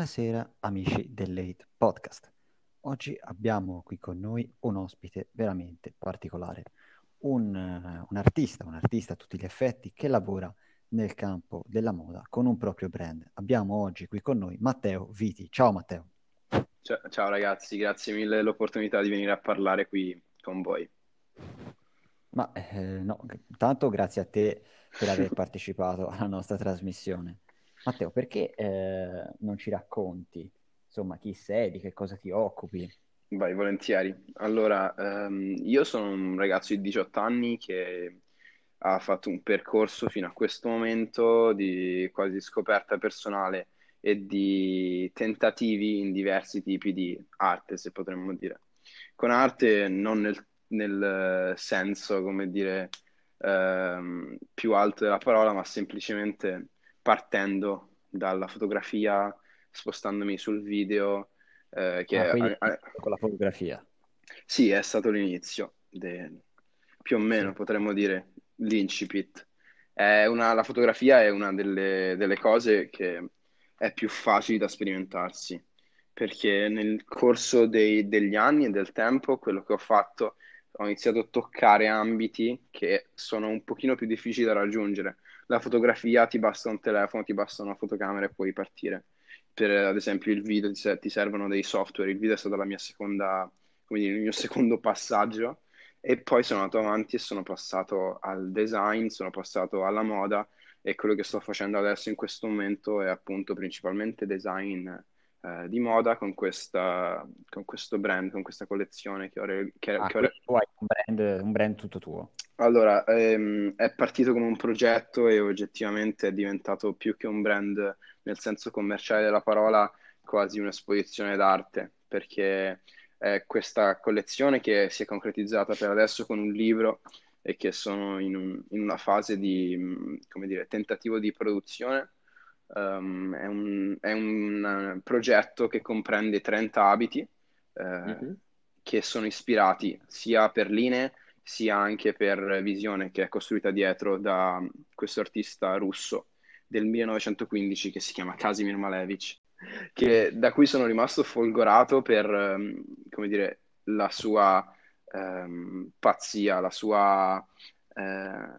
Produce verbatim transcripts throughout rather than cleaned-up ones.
Buonasera amici dell'Eight Podcast. Oggi abbiamo qui con noi un ospite veramente particolare, un, eh, un artista, un artista a tutti gli effetti che lavora nel campo della moda con un proprio brand. Abbiamo oggi qui con noi Matteo Viti. Ciao Matteo. Ciao, ciao ragazzi, grazie mille dell'opportunità di venire a parlare qui con voi. Ma eh, no, g- tanto grazie a te per aver partecipato alla nostra trasmissione. Matteo, perché eh, non ci racconti, insomma, chi sei, di che cosa ti occupi? Vai, volentieri. Allora, ehm, io sono un ragazzo di diciotto anni che ha fatto un percorso fino a questo momento di quasi scoperta personale e di tentativi in diversi tipi di arte, se potremmo dire. Con arte non nel, nel senso, come dire, ehm, più alto della parola, ma semplicemente partendo dalla fotografia, spostandomi sul video, eh, Ah, che quindi a- a- iniziato con la fotografia. sì, è stato l'inizio, de- più o meno Sì. potremmo dire l'incipit. È una- la fotografia è una delle, delle cose che è più facile da sperimentarsi, perché nel corso dei- degli anni e del tempo, quello che ho fatto, ho iniziato a toccare ambiti che sono un pochino più difficili da raggiungere. La fotografia ti basta un telefono, ti basta una fotocamera e puoi partire. Per, ad esempio, il video ti, se- ti servono dei software. Il video è stata la mia seconda, come dire, il mio secondo passaggio e poi sono andato avanti e sono passato al design, sono passato alla moda e quello che sto facendo adesso in questo momento è appunto principalmente design eh, di moda con questa, con questo brand, con questa collezione che ho, re- che, Ah, che ho re- quindi tu hai un brand, un brand tutto tuo. allora, ehm, è partito come un progetto e oggettivamente è diventato più che un brand nel senso commerciale della parola, quasi un'esposizione d'arte, perché è questa collezione che si è concretizzata per adesso con un libro e che sono in, un- in una fase di, mh, come dire, tentativo di produzione. Um, è un, è un eh, progetto che comprende trenta abiti eh, Mhm. che sono ispirati sia per linee sia anche per Visione, che è costruita dietro da questo artista russo del millenovecentoquindici che si chiama Kazimir Malevich, che, da cui sono rimasto folgorato per, ehm, come dire, la sua ehm, pazzia, la sua, eh,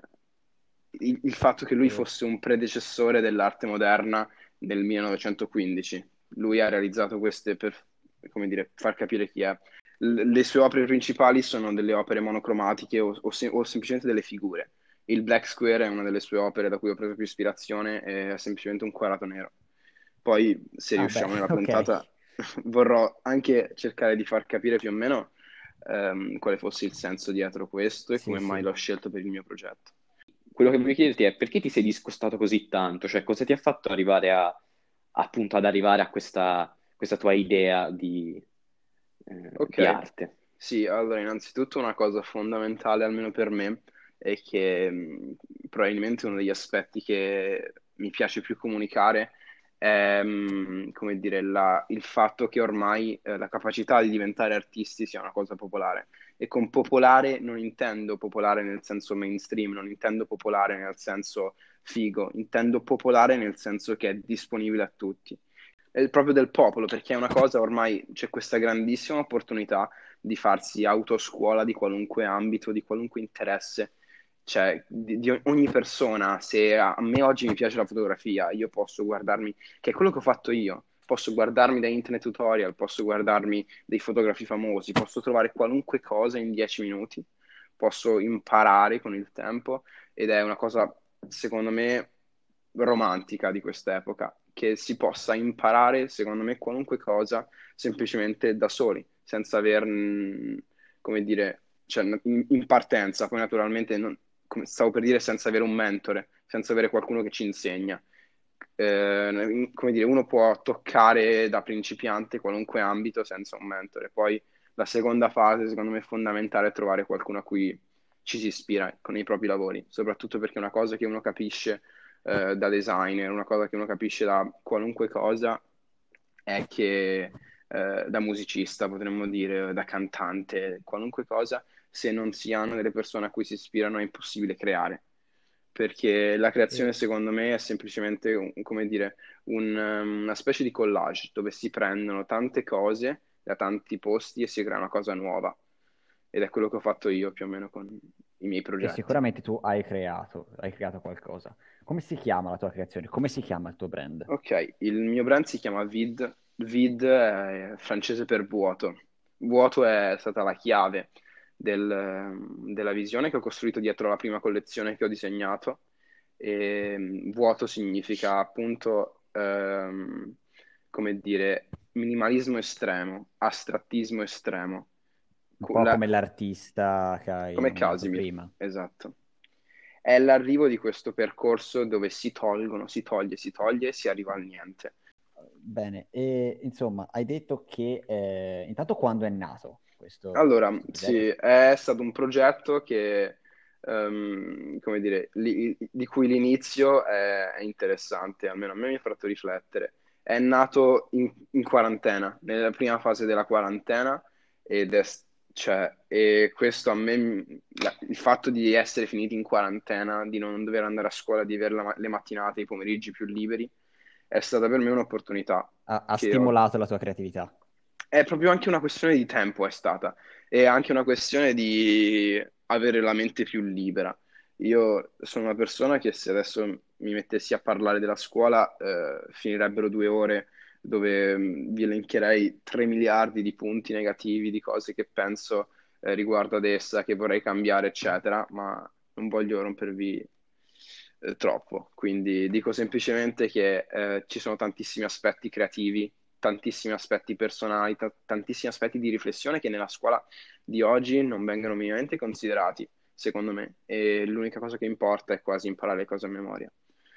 il, il fatto che lui Eh, fosse un predecessore dell'arte moderna nel millenovecentoquindici. Lui ha realizzato queste per, come dire, far capire chi è. L- le sue opere principali sono delle opere monocromatiche o, o se- o semplicemente delle figure. Il Black Square è una delle sue opere da cui ho preso più ispirazione, è semplicemente un quadrato nero. Poi, se ah, beh, riusciamo nella ok. puntata, vorrò anche cercare di far capire più o meno ehm, quale fosse il senso dietro questo e Sì, come mai sì. l'ho scelto per il mio progetto. Quello che voglio chiederti è perché ti sei discostato così tanto? Cioè, cosa ti ha fatto arrivare a, appunto, ad arrivare a questa, questa tua idea di, eh, di Ok, arte? sì, allora innanzitutto una cosa fondamentale, almeno per me, è che mh, probabilmente uno degli aspetti che mi piace più comunicare è, mh, come dire, la- il fatto che ormai eh, la capacità di diventare artisti sia una cosa popolare. E con popolare non intendo popolare nel senso mainstream, non intendo popolare nel senso figo, intendo popolare nel senso che è disponibile a tutti è proprio del popolo, perché è una cosa ormai c'è questa grandissima opportunità di farsi autoscuola di qualunque ambito, di qualunque interesse. Cioè, di, di ogni persona, se a a me oggi mi piace la fotografia, io posso guardarmi, che è quello che ho fatto io, posso guardarmi da internet tutorial, posso guardarmi dei fotografi famosi, posso trovare qualunque cosa in dieci minuti, posso imparare con il tempo ed è una cosa, secondo me, romantica di quest'epoca, che si possa imparare, secondo me, qualunque cosa semplicemente da soli, senza aver, mh, come dire, cioè, in, in partenza, poi naturalmente, non- come stavo per dire, senza avere un mentore, senza avere qualcuno che ci insegna. Eh, come dire, uno può toccare da principiante qualunque ambito senza un mentore. Poi la seconda fase, secondo me, è fondamentale trovare qualcuno a cui ci si ispira con i propri lavori, soprattutto perché è una cosa che uno capisce eh, da designer, una cosa che uno capisce da qualunque cosa è che eh, da musicista, potremmo dire, da cantante, qualunque cosa, se non si hanno delle persone a cui si ispirano è impossibile creare. perché la creazione E secondo me è semplicemente, un- come dire, un, um, una specie di collage dove si prendono tante cose da tanti posti e si crea una cosa nuova. Ed è quello che ho fatto io più o meno con i miei e progetti. sicuramente tu hai creato, hai creato qualcosa. Come si chiama la tua creazione? Come si chiama il tuo brand? Ok, il mio brand si chiama Vid. Vid è francese per vuoto. Vuoto è stata la chiave del- della visione che ho costruito dietro la prima collezione che ho disegnato. E mm, vuoto significa appunto, ehm, come dire, minimalismo estremo, astrattismo estremo. Un Cu- po' la- come l'artista che hai Come nominato Casimir, prima. esatto. È l'arrivo di questo percorso dove si tolgono, si toglie, si toglie e si arriva al niente. Bene, e insomma, hai detto che eh, intanto quando è nato questo, Allora, questo progetto? sì, è stato un progetto che, ehm, come dire, li- di cui l'inizio è, è interessante, almeno a me mi ha fatto riflettere. È nato in, in quarantena, nella prima fase della quarantena, ed è, s- cioè, e questo a me, la- il fatto di essere finiti in quarantena, di non dover andare a scuola, di avere la ma- le mattinate, i pomeriggi più liberi, è stata per me un'opportunità Ha, ha che ho. stimolato la tua creatività. È proprio anche una questione di tempo, è stata, e anche una questione di avere la mente più libera. Io sono una persona che se adesso mi mettessi a parlare della scuola, eh, finirebbero due ore dove mh, vi elencherei tre miliardi di punti negativi, di cose che penso, eh, riguardo ad essa, che vorrei cambiare, eccetera, ma non voglio rompervi, eh, troppo. Quindi dico semplicemente che, eh, ci sono tantissimi aspetti creativi, tantissimi aspetti personali, ta- tantissimi aspetti di riflessione che nella scuola di oggi non vengono minimamente considerati, secondo me, e l'unica cosa che importa è quasi imparare le cose a memoria.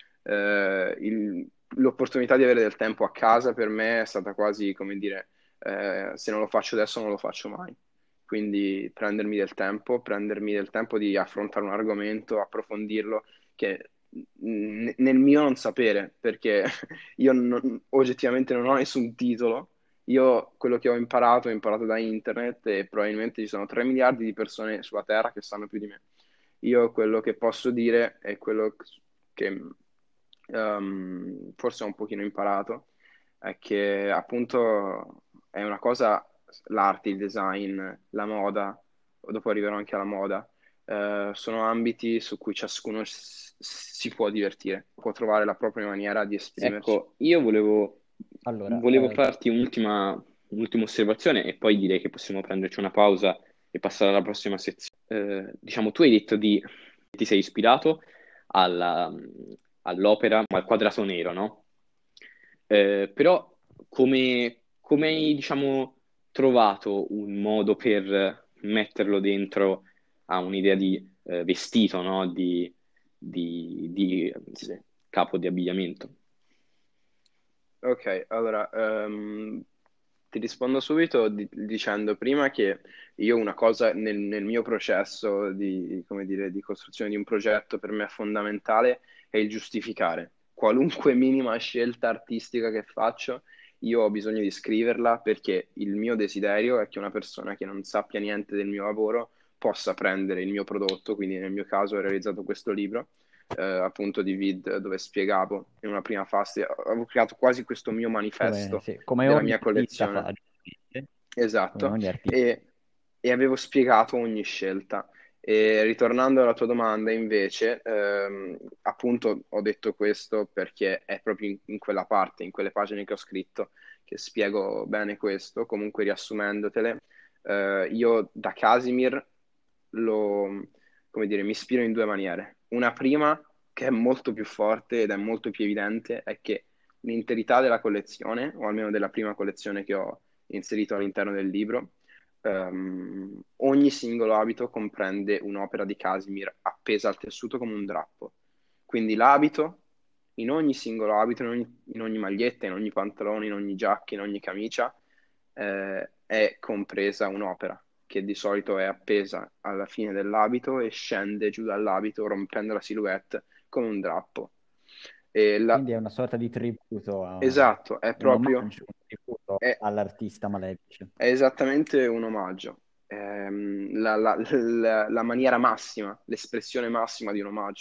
Eh, il- L'opportunità di avere del tempo a casa per me è stata quasi, come dire, eh, se non lo faccio adesso non lo faccio mai. Quindi prendermi del tempo, prendermi del tempo di affrontare un argomento, approfondirlo, che n- nel mio non sapere, perché io non- oggettivamente non ho nessun titolo. Io quello che ho imparato, ho imparato da internet e probabilmente ci sono tre miliardi di persone sulla Terra che sanno più di me. Io quello che posso dire è quello che ehm, forse ho un pochino imparato, è che appunto è una cosa, l'arte, il design, la moda, dopo arriverò anche alla moda, eh, sono ambiti su cui ciascuno s- si può divertire, può trovare la propria maniera di esprimerci. Ecco, io volevo, Allora, volevo eh, farti un'ultima un'ultima osservazione e poi direi che possiamo prenderci una pausa e passare alla prossima sezione. Eh, diciamo, tu hai detto di ti sei ispirato alla- all'opera, al quadrato nero, no? Eh, però come, come hai, diciamo, trovato un modo per metterlo dentro a un'idea di eh, vestito, no? Di, di, di sì, capo di abbigliamento? Ok, allora, ehm, ti rispondo subito di- dicendo prima che io una cosa nel, nel mio processo di, come dire, di costruzione di un progetto per me è fondamentale è il giustificare. Qualunque minima scelta artistica che faccio, io ho bisogno di scriverla perché il mio desiderio è che una persona che non sappia niente del mio lavoro possa prendere il mio prodotto, quindi nel mio caso ho realizzato questo libro, eh, appunto di vid dove spiegavo in una prima fase, avevo creato quasi questo mio come, manifesto sì, come della ogni mia artista collezione. fa, giustamente, come Esatto, ogni artista. e, e avevo spiegato ogni scelta. E ritornando alla tua domanda, invece, ehm, appunto ho detto questo perché è proprio in, in quella parte, in quelle pagine che ho scritto, che spiego bene questo. Comunque, riassumendotele, eh, io da Casimir lo, come dire, mi ispiro in due maniere. Una prima, che è molto più forte ed è molto più evidente, è che l'interità della collezione, o almeno della prima collezione che ho inserito all'interno del libro, ehm, ogni singolo abito comprende un'opera di Casimir appesa al tessuto come un drappo. Quindi l'abito, in ogni singolo abito, in ogni, in ogni maglietta, in ogni pantalone, in ogni giacca, in ogni camicia, eh, è compresa un'opera che di solito è appesa alla fine dell'abito e scende giù dall'abito rompendo la silhouette come un drappo. E la- Quindi è una sorta di tributo, a- Esatto, è un proprio, omaggio, un tributo è, all'artista Malefice. è esattamente un omaggio. Ehm, la, la- la- la maniera massima, l'espressione massima di un omaggio,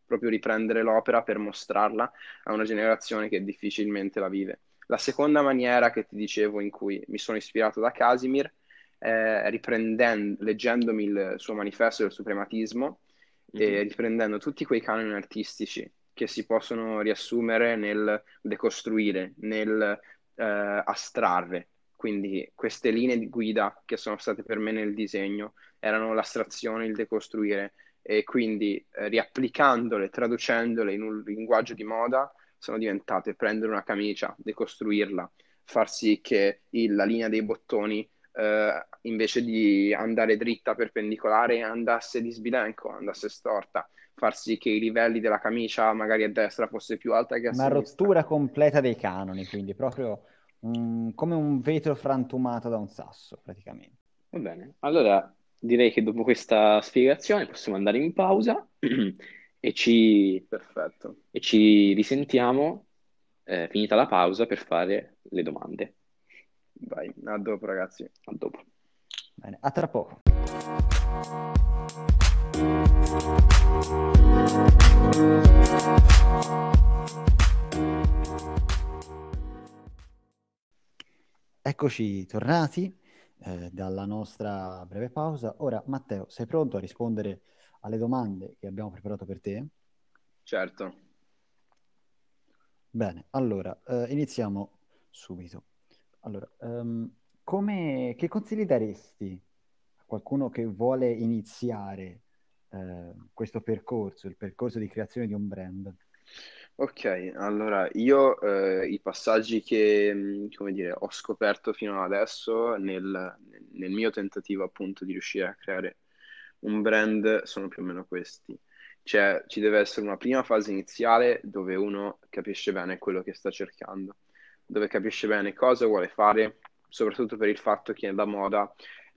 proprio riprendere l'opera per mostrarla a una generazione che difficilmente la vive. La seconda maniera che ti dicevo in cui mi sono ispirato da Casimir, eh, riprendendo, leggendomi il suo manifesto del suprematismo e Mhm. riprendendo tutti quei canoni artistici che si possono riassumere nel decostruire, nel eh, astrarre. Quindi queste linee di guida che sono state per me nel disegno erano l'astrazione, il decostruire e quindi eh, riapplicandole, traducendole in un linguaggio di moda, sono diventate prendere una camicia, decostruirla, far sì che il- la linea dei bottoni eh, invece di andare dritta perpendicolare andasse di sbilenco, andasse storta, far sì che i livelli della camicia magari a destra fosse più alta che a Una sinistra. rottura completa dei canoni, quindi proprio un- come un vetro frantumato da un sasso, praticamente. Va bene, allora direi che dopo questa spiegazione possiamo andare in pausa e ci, Perfetto. e ci risentiamo, eh, finita la pausa, per fare le domande. Vai, a dopo ragazzi. A dopo. Bene, a tra poco. Eccoci tornati eh, dalla nostra breve pausa. Ora, Matteo, sei pronto a rispondere alle domande che abbiamo preparato per te? Certo. Bene, allora, eh, iniziamo subito. Allora, ehm, come, che consigli daresti a qualcuno che vuole iniziare eh, questo percorso, il percorso di creazione di un brand? Ok, allora io eh, i passaggi che, mh, come dire, ho scoperto fino ad adesso nel, nel mio tentativo appunto di riuscire a creare un brand sono più o meno questi. Cioè, ci deve essere una prima fase iniziale dove uno capisce bene quello che sta cercando, dove capisce bene cosa vuole fare, soprattutto per il fatto che la moda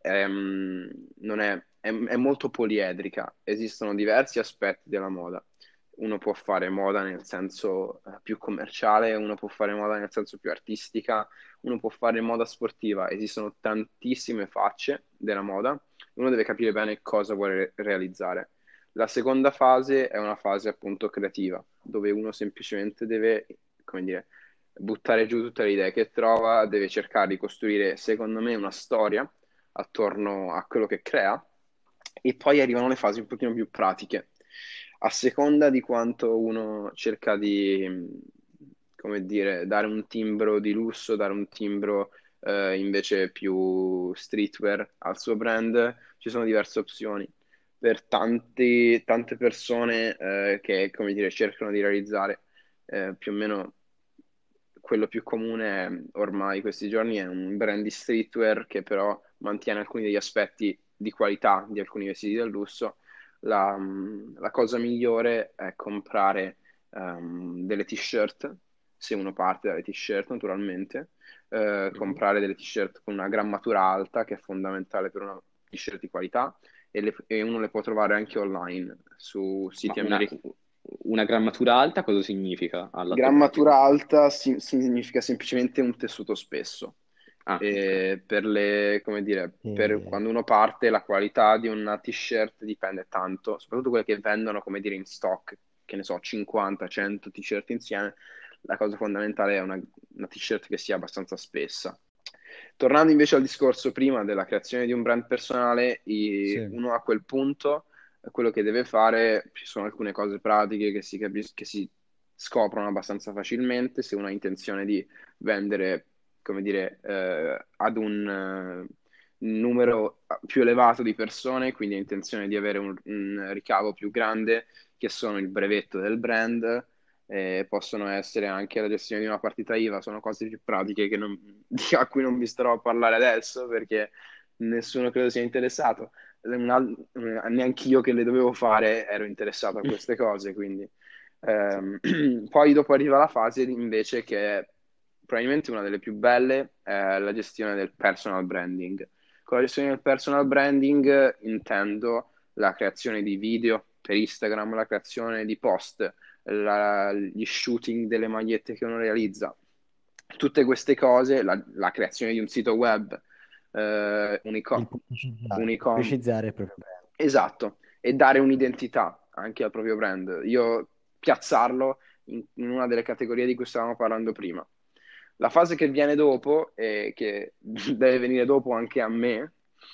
ehm, non è, è è molto poliedrica, esistono diversi aspetti della moda. Uno può fare moda nel senso eh, più commerciale, uno può fare moda nel senso più artistica, uno può fare moda sportiva. Esistono tantissime facce della moda, uno deve capire bene cosa vuole re- realizzare. La seconda fase è una fase appunto creativa, dove uno semplicemente deve, come dire, buttare giù tutte le idee che trova, deve cercare di costruire, secondo me, una storia attorno a quello che crea e poi arrivano le fasi un pochino più pratiche. A seconda di quanto uno cerca di, mh, come dire, dare un timbro di lusso, dare un timbro eh, invece più streetwear al suo brand, ci sono diverse opzioni. Per tanti- tante persone eh, che, come dire, cercano di realizzare eh, più o meno quello più comune è, ormai questi giorni è un brand di streetwear che però mantiene alcuni degli aspetti di qualità di alcuni vestiti del lusso. La, la cosa migliore è comprare ehm, delle t-shirt, se uno parte dalle t-shirt naturalmente, eh, Mhm. comprare delle t-shirt con una grammatura alta che è fondamentale per una t-shirt di qualità e, le- e uno le può trovare anche online su Ma siti una, americani. una grammatura alta cosa significa all'atto pratico? Grammatura alta si- significa semplicemente un tessuto spesso. Ah, ok. E per le, come dire, per E quando uno parte, la qualità di una t-shirt dipende tanto, soprattutto quelle che vendono, come dire, in stock, che ne so, cinquanta cento t-shirt insieme. La cosa fondamentale è una, una t-shirt che sia abbastanza spessa. Tornando invece al discorso prima della creazione di un brand personale, i- sì. uno a quel punto quello che deve fare, ci sono alcune cose pratiche che si, capis- che si scoprono abbastanza facilmente se uno ha intenzione di vendere, come dire, eh, ad un eh, numero più elevato di persone, quindi ha intenzione di avere un, un ricavo più grande, che sono il brevetto del brand, eh, possono essere anche la gestione di una partita I V A, sono cose più pratiche che non- a cui non vi starò a parlare adesso perché nessuno credo sia interessato. Neanche io che le dovevo fare ero interessato a queste cose, quindi Ehm, poi dopo arriva la fase invece che è probabilmente una delle più belle, è la gestione del personal branding. Con la gestione del personal branding intendo la creazione di video per Instagram, la creazione di post, la- gli shooting delle magliette che uno realizza. Tutte queste cose, la, la creazione di un sito web, eh, un Il e-com- un pubblicizzare, e-com- pubblicizzare il proprio brand. esatto, e dare un'identità. anche al proprio brand, io piazzarlo in, in una delle categorie di cui stavamo parlando prima. La fase che viene dopo, e che deve venire dopo anche a me,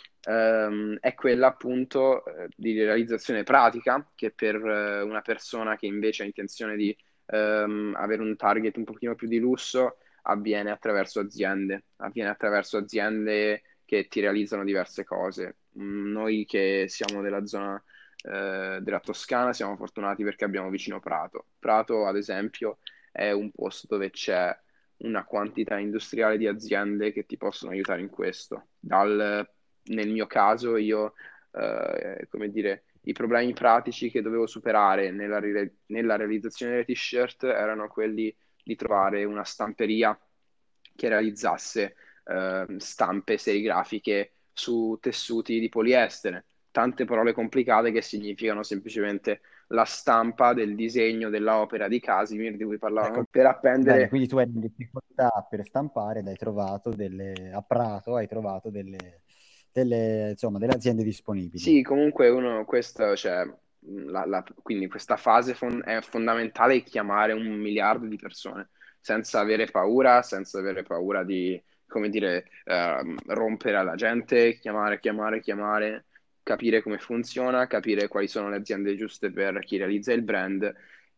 ehm, è quella appunto eh, di realizzazione pratica, che per eh, una persona che invece ha intenzione di ehm, avere un target un pochino più di lusso, avviene attraverso aziende, avviene attraverso aziende che ti realizzano diverse cose. Mm, Noi che siamo della zona eh, della Toscana siamo fortunati perché abbiamo vicino Prato. Prato, ad esempio, è un posto dove c'è una quantità industriale di aziende che ti possono aiutare in questo. Dal, nel mio caso, io, eh, come dire, i problemi pratici che dovevo superare nella, rile- nella realizzazione delle t-shirt erano quelli di trovare una stamperia che realizzasse eh, stampe serigrafiche su tessuti di poliestere. Tante parole complicate che significano semplicemente la stampa del disegno dell'opera di Casimir di cui Ecco, parlavamo per bene, appendere. quindi tu eri in difficoltà per stampare ed hai trovato delle, a Prato hai trovato delle, delle, insomma, delle aziende disponibili. Sì, comunque uno, questo, cioè, mh, la- la- quindi questa fase fon- è fondamentale chiamare un miliardo di persone, senza avere paura, senza avere paura di, come dire, ehm, rompere alla gente, chiamare, chiamare, chiamare, capire come funziona, capire quali sono le aziende giuste per chi realizza il brand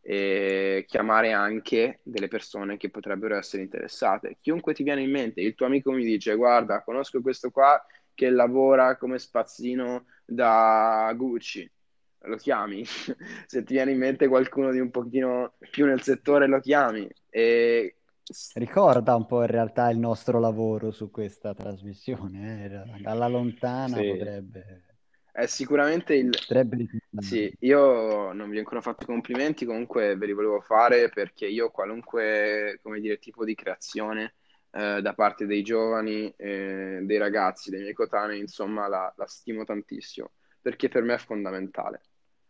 e chiamare anche delle persone che potrebbero essere interessate. Chiunque ti viene in mente, il tuo amico mi dice, guarda, conosco questo qua che lavora come spazzino da Gucci, lo chiami. Se ti viene in mente qualcuno di un pochino più nel settore, lo chiami. E Ricorda un po' in realtà il nostro lavoro su questa trasmissione, eh, Alla lontana Sì. potrebbe, è sicuramente il... potrebbe ricordare. Sì, io non vi ho ancora fatto i complimenti, comunque ve li volevo fare perché io qualunque, come dire, tipo di creazione eh, da parte dei giovani, eh, dei ragazzi, dei miei coetanei, insomma, la, la stimo tantissimo, perché per me è fondamentale.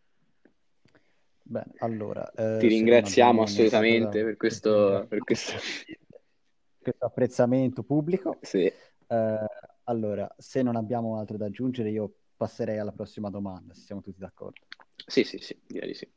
Bene, allora, Ti eh, se non ringraziamo abbiamo nient'altro da assolutamente per questo, aggiungere per a questo... questo apprezzamento pubblico, Sì, eh, allora, se non abbiamo altro da aggiungere, io passerei alla prossima domanda, se siamo tutti d'accordo. sì, sì, sì, direi di sì.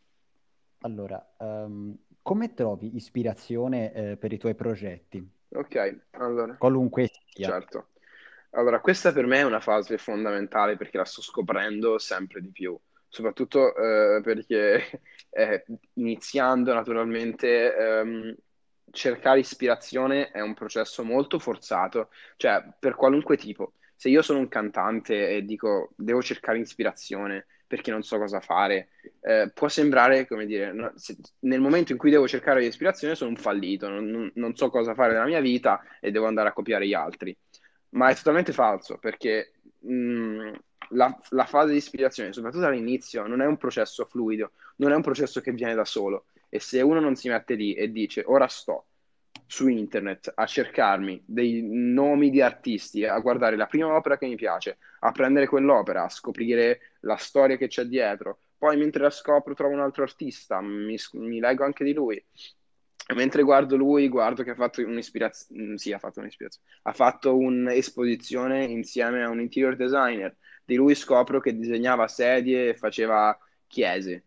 Allora, ehm, come trovi ispirazione, eh, per i tuoi progetti, Ok, allora, qualunque sia? certo. Allora, questa per me è una fase fondamentale perché la sto scoprendo sempre di più, soprattutto eh, perché eh, iniziando naturalmente ehm, cercare ispirazione è un processo molto forzato, cioè per qualunque tipo. Se io sono un cantante e dico devo cercare ispirazione perché non so cosa fare, eh, può sembrare, come dire, no, se- nel momento in cui devo cercare ispirazione sono un fallito, non, non- non so cosa fare nella mia vita e devo andare a copiare gli altri. Ma è totalmente falso perché mh, la, la fase di ispirazione, soprattutto all'inizio, non è un processo fluido, non è un processo che viene da solo. E se uno non si mette lì e dice ora sto su internet a cercarmi dei nomi di artisti, a guardare la prima opera che mi piace, a prendere quell'opera, a scoprire la storia che c'è dietro, poi mentre la scopro trovo un altro artista, mi, mi leggo anche di lui. Mentre guardo lui, guardo che ha fatto un'ispirazione, sì, ha fatto un'ispirazione, ha fatto un'esposizione insieme a un interior designer. Di lui scopro che disegnava sedie e faceva chiese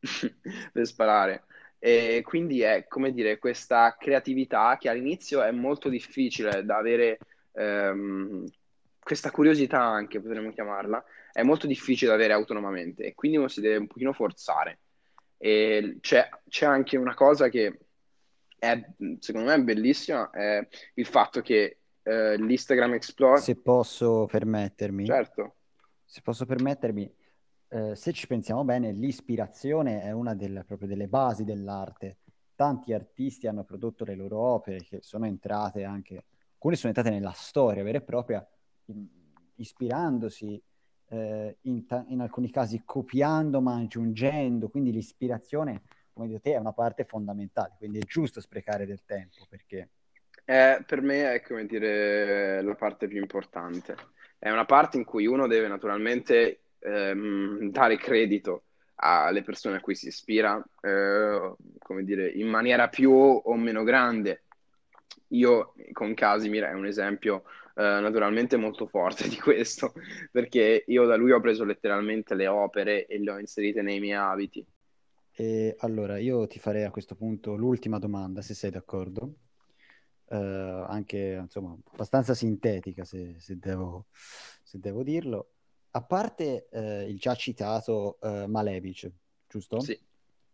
per sparare. E quindi è, come dire, questa creatività che all'inizio è molto difficile da avere, ehm, questa curiosità anche, potremmo chiamarla, è molto difficile da avere autonomamente e quindi uno si deve un pochino forzare. E c'è c'è anche una cosa che è, secondo me, è bellissima, è il fatto che eh, l'Instagram Explore, Se posso permettermi, certo, se posso permettermi, eh, se ci pensiamo bene, l'ispirazione è una delle, proprio delle basi dell'arte. Tanti artisti hanno prodotto le loro opere che sono entrate anche, alcune sono entrate nella storia vera e propria, in- ispirandosi, eh, in, ta- in alcuni casi copiando ma aggiungendo, quindi l'ispirazione, come dico te, è una parte fondamentale, quindi è giusto sprecare del tempo perché è, per me è, come dire, la parte più importante. È una parte in cui uno deve naturalmente ehm, dare credito alle persone a cui si ispira, eh, come dire, in maniera più o meno grande. Io con Casimir è un esempio eh, naturalmente molto forte di questo, perché io da lui ho preso letteralmente le opere e le ho inserite nei miei abiti. E allora, io ti farei a questo punto l'ultima domanda, se sei d'accordo. Eh, anche, insomma, abbastanza sintetica, se, se devo, se devo dirlo. A parte eh, il già citato eh, Malevich, giusto? Sì,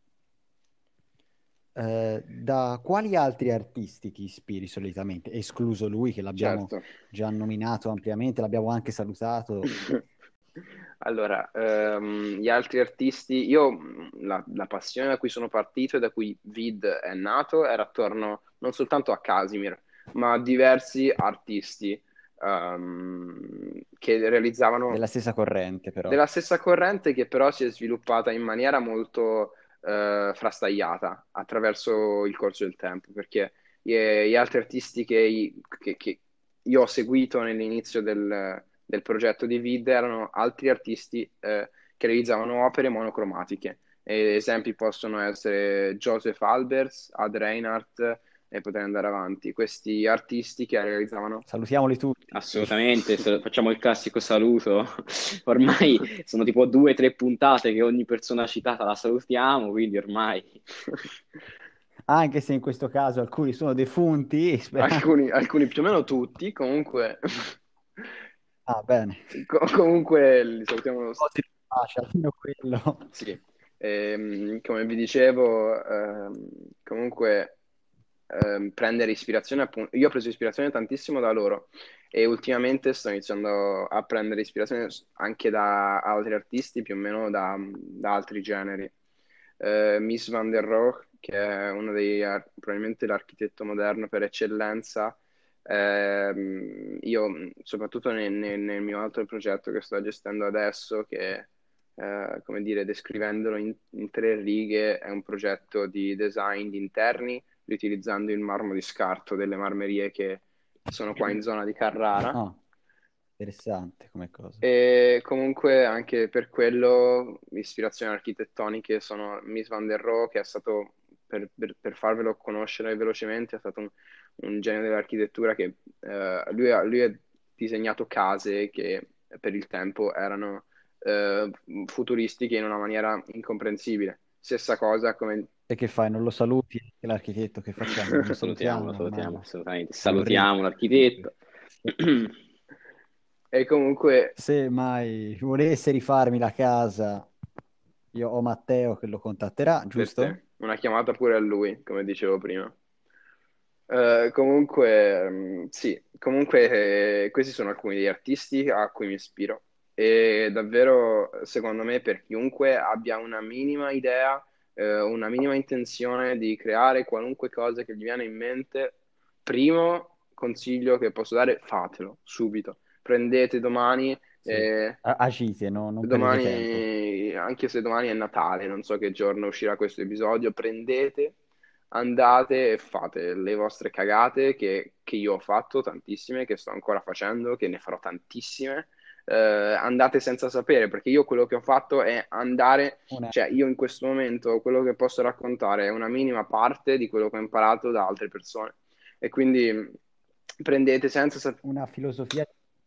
Eh, da quali altri artisti ti ispiri solitamente? Escluso lui, che l'abbiamo certo. già nominato ampiamente, l'abbiamo anche salutato. Allora, ehm, gli altri artisti, io mh, la, la passione da cui sono partito e da cui Vid è nato era attorno non soltanto a Casimir, ma a diversi artisti ehm, che realizzavano Della stessa corrente, però. della stessa corrente che però si è sviluppata in maniera molto eh, frastagliata attraverso il corso del tempo, perché gli, gli altri artisti che, che- che io ho seguito nell'inizio del, del progetto di Vid erano altri artisti eh, che realizzavano opere monocromatiche. E esempi possono essere Joseph Albers, Ad Reinhardt e potrei andare avanti. Questi artisti che realizzavano Salutiamoli tutti. Assolutamente, se- facciamo il classico saluto. Ormai sono tipo due o tre puntate che ogni persona citata la salutiamo, quindi ormai Anche se in questo caso alcuni sono defunti, speriamo. alcuni, alcuni più o meno tutti, comunque, Ah, bene. co- comunque li salutiamo lo stesso. Cose di pace, almeno quello. Sì. Ehm, come vi dicevo, ehm, comunque ehm, prendere ispirazione, appunto, io ho preso ispirazione tantissimo da loro e ultimamente sto iniziando a prendere ispirazione anche da altri artisti, più o meno da, da altri generi. Eh, Mies van der Rohe, che è uno dei, ar- probabilmente l'architetto moderno per eccellenza. Ehm, io, soprattutto nel, nel- nel mio altro progetto che sto gestendo adesso, che eh, come dire, descrivendolo in, in tre righe, è un progetto di design di interni, riutilizzando il marmo di scarto delle marmerie che sono qua in zona di Carrara. Ah, interessante come cosa. E comunque anche per quello ispirazioni architettoniche sono Mies van der Rohe, che è stato, per, per- per farvelo conoscere velocemente, è stato un, un genio dell'architettura che eh, lui, ha, lui ha disegnato case che per il tempo erano eh, futuristiche in una maniera incomprensibile. Stessa cosa come... E che fai? Non lo saluti? Che l'architetto che facciamo? Non lo lo salutiamo, lo salutiamo ormai. salutiamo assolutamente. Vorrei. Salutiamo l'architetto. E comunque, Se mai volesse rifarmi la casa, io ho Matteo che lo contatterà, per giusto? te, una chiamata pure a lui, come dicevo prima. Eh, comunque, mh, sì, comunque eh, questi sono alcuni degli artisti a cui mi ispiro e davvero, secondo me, per chiunque abbia una minima idea, eh, una minima intenzione di creare qualunque cosa che gli viene in mente, primo consiglio che posso dare, fatelo subito. Prendete domani, Sì. eh, A- Agite, no? Non perdete tempo. domani, anche se domani è Natale, non so che giorno uscirà questo episodio, prendete, andate e fate le vostre cagate che, che io ho fatto tantissime, che sto ancora facendo, che ne farò tantissime. Eh, andate senza sapere, perché io quello che ho fatto è andare, Una, cioè io in questo momento quello che posso raccontare è una minima parte di quello che ho imparato da altre persone. E quindi prendete senza sapere. una filosofia,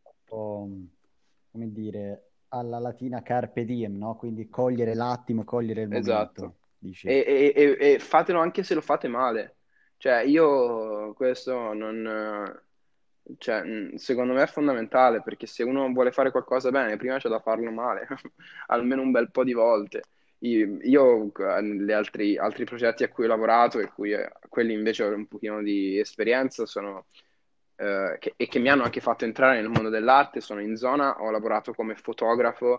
um, come dire, alla latina carpe diem, no? Quindi cogliere l'attimo, cogliere il Esatto. momento, dici. E, e- e- e fatelo anche se lo fate male. Cioè, io questo non... Cioè, mh, secondo me è fondamentale perché se uno vuole fare qualcosa bene, prima c'è da farlo male, almeno un bel po' di volte. Io, io eh, gli altri, altri progetti a cui ho lavorato e cui, eh, quelli invece ho un pochino di esperienza sono, eh, che- e che mi hanno anche fatto entrare nel mondo dell'arte, sono in zona, ho lavorato come fotografo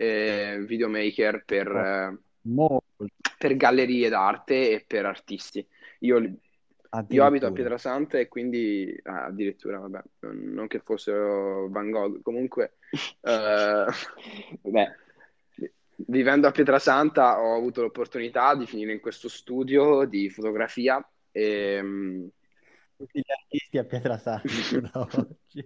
e videomaker per, Oh, eh, molto, per gallerie d'arte e per artisti. Io, io abito a addirittura. Pietrasanta e quindi ah, addirittura, vabbè, non, non che fossero Van Gogh, comunque eh, Beh, vivendo a Pietrasanta ho avuto l'opportunità di finire in questo studio di fotografia e mm, Tutti gli artisti a Pietrasanta da oggi.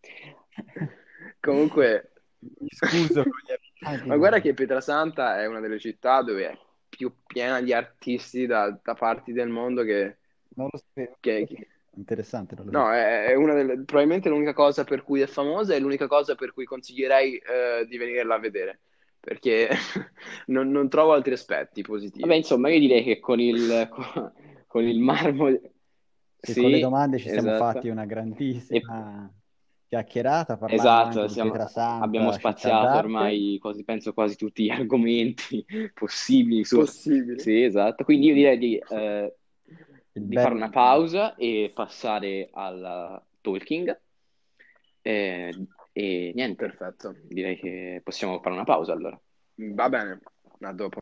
comunque Mi scuso con gli abitanti ma guarda di... che Pietrasanta è una delle città dove è più piena di artisti da, da parti del mondo che, Non lo sapevo. che- che- interessante, non lo No, so. è, è una delle, probabilmente l'unica cosa per cui è famosa e l'unica cosa per cui consiglierei eh, di venirla a vedere, perché non, non trovo altri aspetti Vabbè, positivi. insomma, io direi che con il, con, con il marmo, Sì, con le sì, domande ci siamo fatti esatto. una E, grandissima chiacchierata, parlammo anche esatto, di siamo- abbiamo Pietrasanta, città spaziato d'arte. ormai quasi, penso quasi tutti gli argomenti possibili su... Possibile. Sì, esatto. Quindi io direi di, eh, Il di fare una bel... pausa e passare al talking. Eh, e niente, Perfetto. direi che possiamo fare una pausa allora. Va bene, a dopo.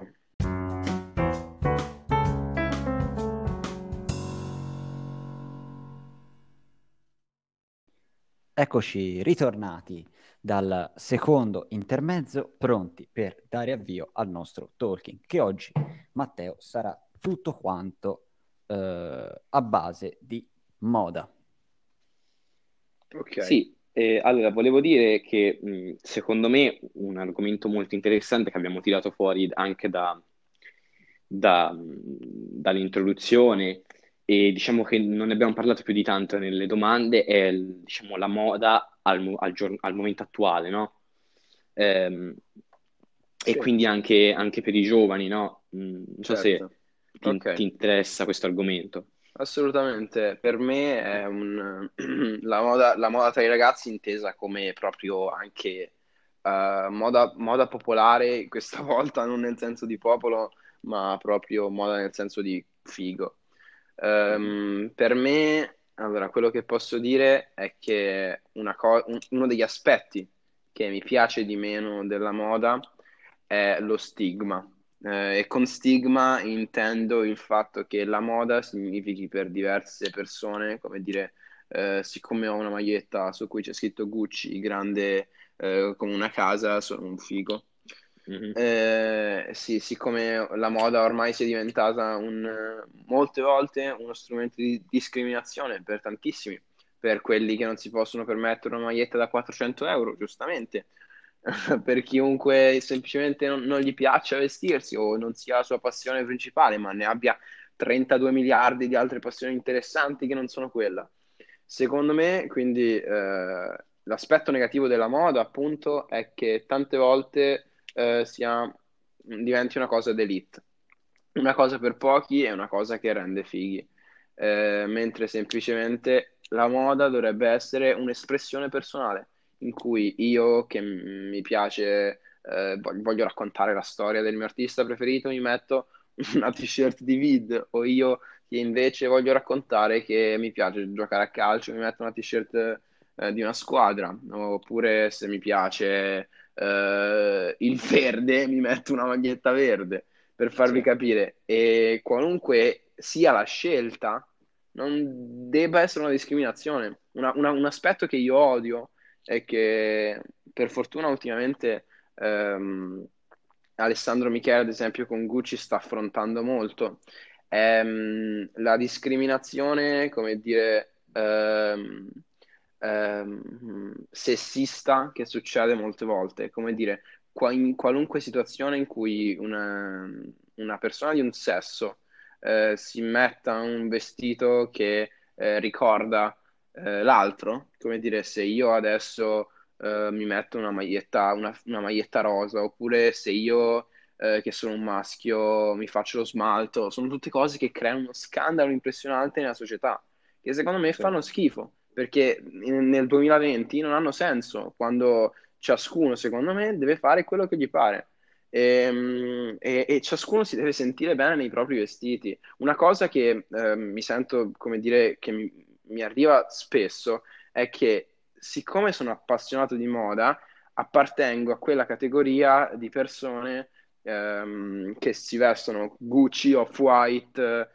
Eccoci ritornati dal secondo intermezzo, pronti per dare avvio al nostro talking, che oggi, Matteo, sarà tutto quanto eh, a base di moda. Ok. Sì, eh, allora volevo dire che mh, secondo me un argomento molto interessante che abbiamo tirato fuori anche da, da, mh, dall'introduzione e diciamo che non ne abbiamo parlato più di tanto nelle domande è il- diciamo, la moda al, mo- al giorno- al momento attuale, no? Ehm, e Sì, quindi anche, anche per i giovani, no? Mm, non so se certo. ti, ti Ok. interessa questo argomento. Assolutamente, per me è un, la moda, la moda tra i ragazzi intesa come proprio anche eh, moda, moda popolare, questa volta non nel senso di popolo, ma proprio moda nel senso di figo. Mhm. Ehm, per me, allora, quello che posso dire è che una co- un- uno degli aspetti che mi piace di meno della moda è lo stigma. Eh, e con stigma intendo il fatto che la moda significhi per diverse persone, come dire, eh, siccome ho una maglietta su cui c'è scritto Gucci, grande eh, come una casa, sono un figo. Mhm. Eh, sì, siccome la moda ormai si è diventata un, molte volte uno strumento di discriminazione per tantissimi, per quelli che non si possono permettere una maglietta da quattrocento euro, giustamente, per chiunque semplicemente non, non gli piaccia vestirsi o non sia la sua passione principale, ma ne abbia trentadue miliardi di altre passioni interessanti che non sono quella. Secondo me, quindi, eh, l'aspetto negativo della moda, appunto, è che tante volte eh, sia, diventi una cosa d'elite. Una cosa per pochi è una cosa che rende fighi. Eh, mentre semplicemente la moda dovrebbe essere un'espressione personale, in cui io che m- mi piace, eh, voglio, voglio raccontare la storia del mio artista preferito, mi metto una t-shirt di Vid, o io che invece voglio raccontare che mi piace giocare a calcio, mi metto una t-shirt eh, di una squadra, oppure se mi piace eh, il verde, mi metto una maglietta verde, per farvi Sì, capire. E qualunque sia la scelta, non debba essere una discriminazione. Una- una- un aspetto che io odio è che, per fortuna, ultimamente ehm, Alessandro Michele, ad esempio, con Gucci sta affrontando molto ehm, la discriminazione, come dire, ehm, ehm, sessista che succede molte volte, come dire, qua- in qualunque situazione in cui una, una persona di un sesso eh, si metta un vestito che eh, ricorda eh, l'altro, come dire, se io adesso eh, mi metto una maglietta, una, una maglietta rosa, oppure se io eh, che sono un maschio, mi faccio lo smalto, sono tutte cose che creano uno scandalo impressionante nella società, che secondo me sì. fanno schifo, perché in- nel duemilaventi non hanno senso, quando ciascuno, secondo me, deve fare quello che gli pare. E, e- e ciascuno si deve sentire bene nei propri vestiti. Una cosa che eh, mi sento, come dire, che mi, mi arriva spesso è che, siccome sono appassionato di moda, appartengo a quella categoria di persone ehm, che si vestono Gucci, Off-White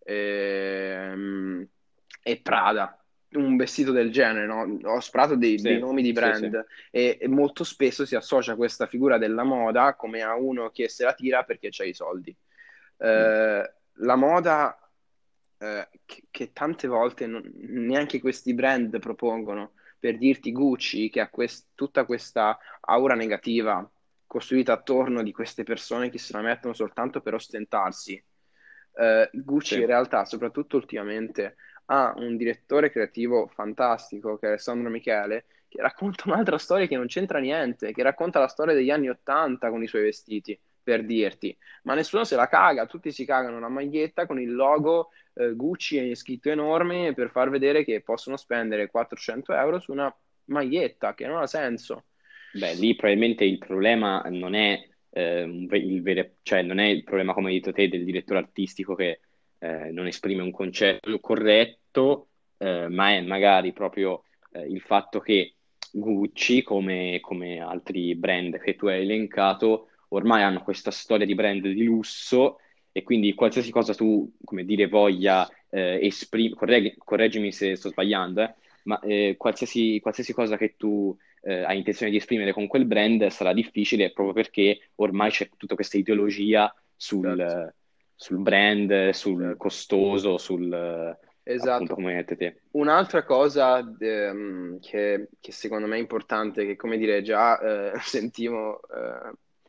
ehm, e Prada. Un vestito del genere, no? Ho sparato dei, dei Sì, nomi di sì, sì, brand e, e molto spesso si associa questa figura della moda come a uno che se la tira perché c'ha i soldi. mm, Eh, la moda eh, che, che tante volte non- neanche questi brand propongono per dirti Gucci che ha quest- tutta questa aura negativa costruita attorno di queste persone che se la mettono soltanto per ostentarsi. Eh, Gucci in sì, realtà, soprattutto ultimamente, ha un direttore creativo fantastico, che è Alessandro Michele, che racconta un'altra storia che non c'entra niente, che racconta la storia degli anni Ottanta con i suoi vestiti, per dirti. Ma nessuno se la caga, tutti si cagano una maglietta con il logo eh, Gucci scritto enorme per far vedere che possono spendere quattrocento euro su una maglietta, che non ha senso. Beh, lì probabilmente il problema non è, eh, un ve- il vero, cioè non è il problema, come hai detto te, del direttore artistico che eh, non esprime un concetto corretto, eh, ma è magari proprio eh, il fatto che Gucci, come, come altri brand che tu hai elencato, ormai hanno questa storia di brand di lusso e quindi qualsiasi cosa tu, come dire, voglia eh, esprimere, correggi- correggimi se sto sbagliando, eh, ma eh, qualsiasi, qualsiasi cosa che tu eh, hai intenzione di esprimere con quel brand sarà difficile proprio perché ormai c'è tutta questa ideologia Certo, sul, sul brand, sul certo. costoso, sul eh, appunto Esatto. come hai detto te. Un'altra cosa ehm, che, che secondo me è importante, che come dire già eh, sentivo eh,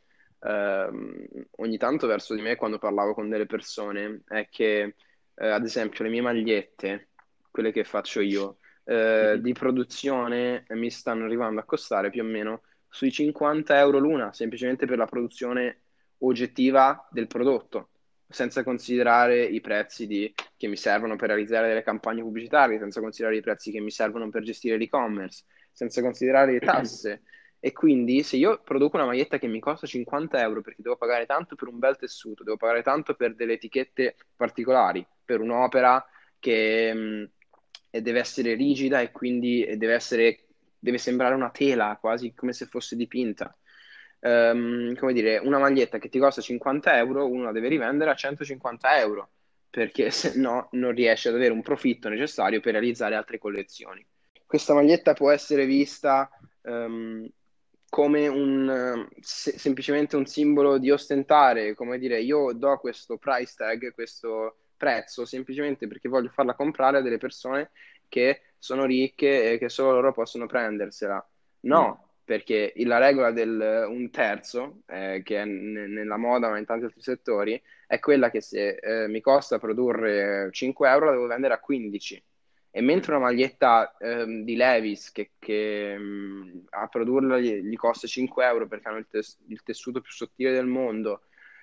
ehm, ogni tanto verso di me quando parlavo con delle persone, è che eh, ad esempio le mie magliette, quelle che faccio io, eh, Mhm. di produzione mi stanno arrivando a costare più o meno sui cinquanta euro l'una, semplicemente per la produzione oggettiva del prodotto, senza considerare i prezzi di che mi servono per realizzare delle campagne pubblicitarie, senza considerare i prezzi che mi servono per gestire l'e-commerce, senza considerare le tasse. E quindi se io produco una maglietta che mi costa cinquanta euro perché devo pagare tanto per un bel tessuto, devo pagare tanto per delle etichette particolari, per un'opera che mh, e deve essere rigida e quindi deve essere, deve sembrare una tela, quasi come se fosse dipinta. Ehm, come dire, una maglietta che ti costa cinquanta euro, uno la deve rivendere a centocinquanta euro perché se no non riesce ad avere un profitto necessario per realizzare altre collezioni. Questa maglietta può essere vista ehm, come un, eh, se- semplicemente un simbolo di ostentare, come dire, io do questo price tag, questo prezzo, semplicemente perché voglio farla comprare a delle persone che sono ricche e che solo loro possono prendersela. Mm. No, perché la regola del un terzo, eh, che è n- nella moda ma in tanti altri settori, è quella che se eh, mi costa produrre cinque euro la devo vendere a quindici. E mentre una maglietta ehm, di Levi's che, che, mh, a produrla gli, gli costa cinque euro perché hanno il, tes- il tessuto più sottile del mondo,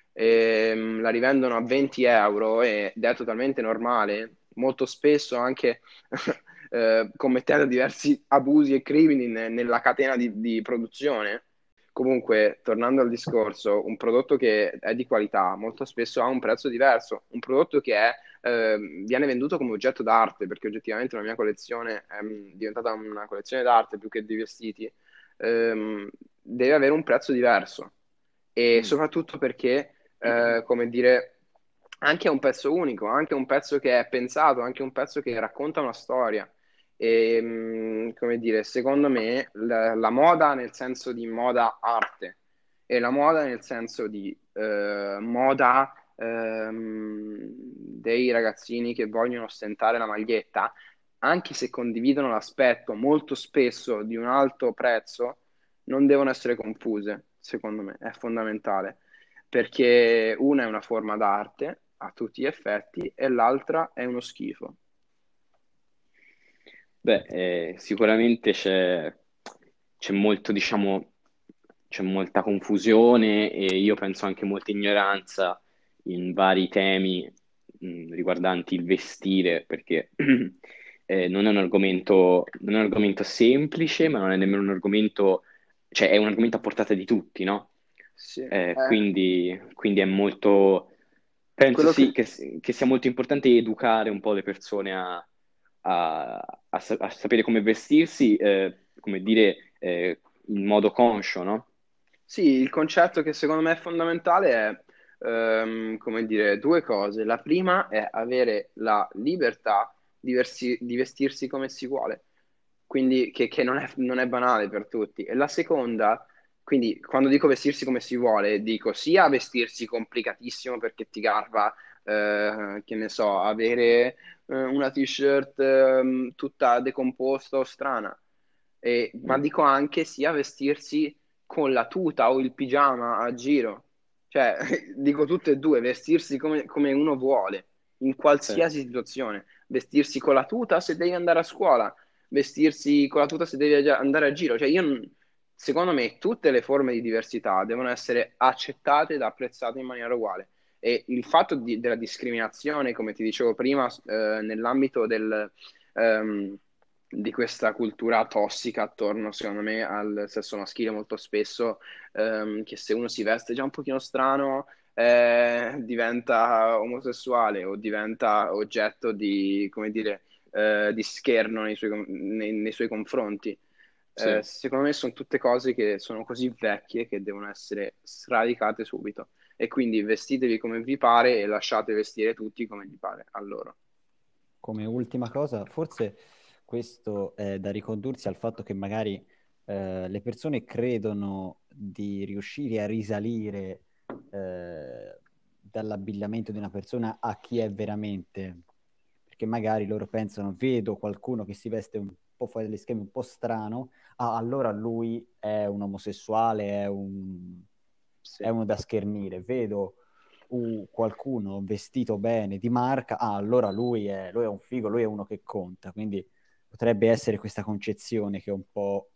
ehm, la rivendono a venti euro ed è totalmente normale, molto spesso anche eh, commettendo diversi abusi e crimini ne- nella catena di, di produzione. Comunque, tornando al discorso, un prodotto che è di qualità molto spesso ha un prezzo diverso. Un prodotto che è, ehm, viene venduto come oggetto d'arte, perché oggettivamente la mia collezione è mm, diventata una collezione d'arte più che di vestiti, ehm, deve avere un prezzo diverso. E Mm. soprattutto perché, eh, come dire, anche è un pezzo unico, anche un pezzo che è pensato, anche un pezzo che racconta una storia. E, mh, come dire, secondo me la, la moda nel senso di moda arte e la moda nel senso di eh, moda ehm, dei ragazzini che vogliono ostentare la maglietta, anche se condividono l'aspetto molto spesso di un alto prezzo, non devono essere confuse, secondo me, è fondamentale, perché una è una forma d'arte a tutti gli effetti e l'altra è uno schifo. Beh, eh, sicuramente c'è c'è molto, diciamo, c'è molta confusione e io penso anche molta ignoranza in vari temi mh, riguardanti il vestire, perché eh, non è un argomento, non è un argomento semplice, ma non è nemmeno un argomento, cioè è un argomento a portata di tutti, no? Sì, Eh, eh, quindi, quindi è molto, penso quello sì che, che, che sia molto importante educare un po' le persone a, a- a sa- a sapere come vestirsi, eh, come dire, eh, in modo conscio, no? Sì, il concetto che secondo me è fondamentale è, ehm, come dire, due cose. La prima è avere la libertà di, versi- di vestirsi come si vuole, quindi che, che non è, non è banale per tutti. E la seconda, quindi quando dico vestirsi come si vuole, dico sia vestirsi complicatissimo perché ti garba, eh, che ne so, avere eh, una t-shirt ehm, tutta decomposta o strana. E- ma Mm, dico anche sia vestirsi con la tuta o il pigiama a giro. Cioè, dico tutte e due, vestirsi come, come uno vuole, in sì. qualsiasi situazione. vestirsi con la tuta se devi andare a scuola, vestirsi con la tuta se devi a- andare a giro. Cioè, io, non- secondo me, tutte le forme di diversità devono essere accettate ed apprezzate in maniera uguale. E il fatto di- della discriminazione, come ti dicevo prima, eh, nell'ambito del, ehm, di questa cultura tossica attorno, secondo me, al sesso maschile molto spesso, ehm, che se uno si veste già un pochino strano, eh, diventa omosessuale o diventa oggetto di, come dire, eh, di scherno nei suoi, con- nei- nei suoi confronti. Eh, Sì. secondo me sono tutte cose che sono così vecchie che devono essere sradicate subito. E quindi vestitevi come vi pare e lasciate vestire tutti come gli pare a loro. Come ultima cosa, forse questo è da ricondursi al fatto che magari eh, le persone credono di riuscire a risalire eh, dall'abbigliamento di una persona a chi è veramente, perché magari loro pensano, vedo qualcuno che si veste un po' fuori dagli schemi, un po' strano, ah, allora lui è un omosessuale, è un- Sì. è uno da schermire, vedo uh, qualcuno vestito bene di marca, ah, allora lui è, lui è un figo, lui è uno che conta. Quindi potrebbe essere questa concezione che è un po'...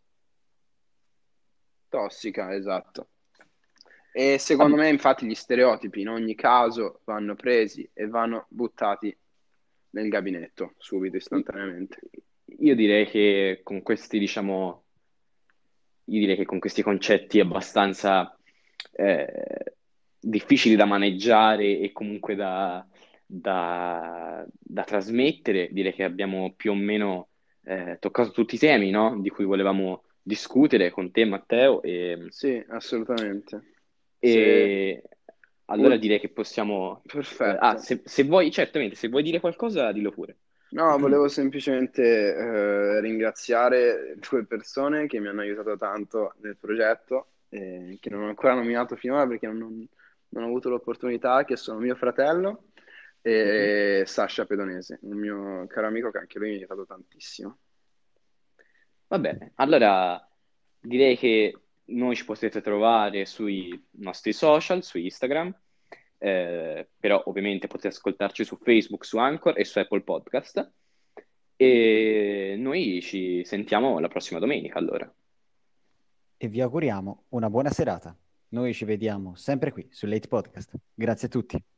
Tossica, esatto. E Vabbè, secondo me, infatti, gli stereotipi in ogni caso vanno presi e vanno buttati nel gabinetto subito, istantaneamente. io direi che con questi, diciamo, io direi che con questi concetti abbastanza eh, difficili da maneggiare e comunque da, da- da trasmettere, direi che abbiamo più o meno eh, toccato tutti i temi, no? Di cui volevamo discutere con te, Matteo, e, Sì, assolutamente. Se... e allora ul- direi che possiamo... eh, ah, Perfetto. se, se vuoi, certamente, se vuoi dire qualcosa, dillo pure. No, volevo semplicemente eh, ringraziare due persone che mi hanno aiutato tanto nel progetto, eh, che non ho ancora nominato finora perché non, non- non ho avuto l'opportunità, che sono mio fratello Mhm. e Sasha Pedonese, un mio caro amico che anche lui mi ha aiutato tantissimo. Va bene, allora direi che noi ci potete trovare sui nostri social, su Instagram, eh, però ovviamente potete ascoltarci su Facebook, su Anchor e su Apple Podcast. E noi ci sentiamo la prossima domenica, allora. E vi auguriamo una buona serata. Noi ci vediamo sempre qui su Late Podcast. Grazie a tutti.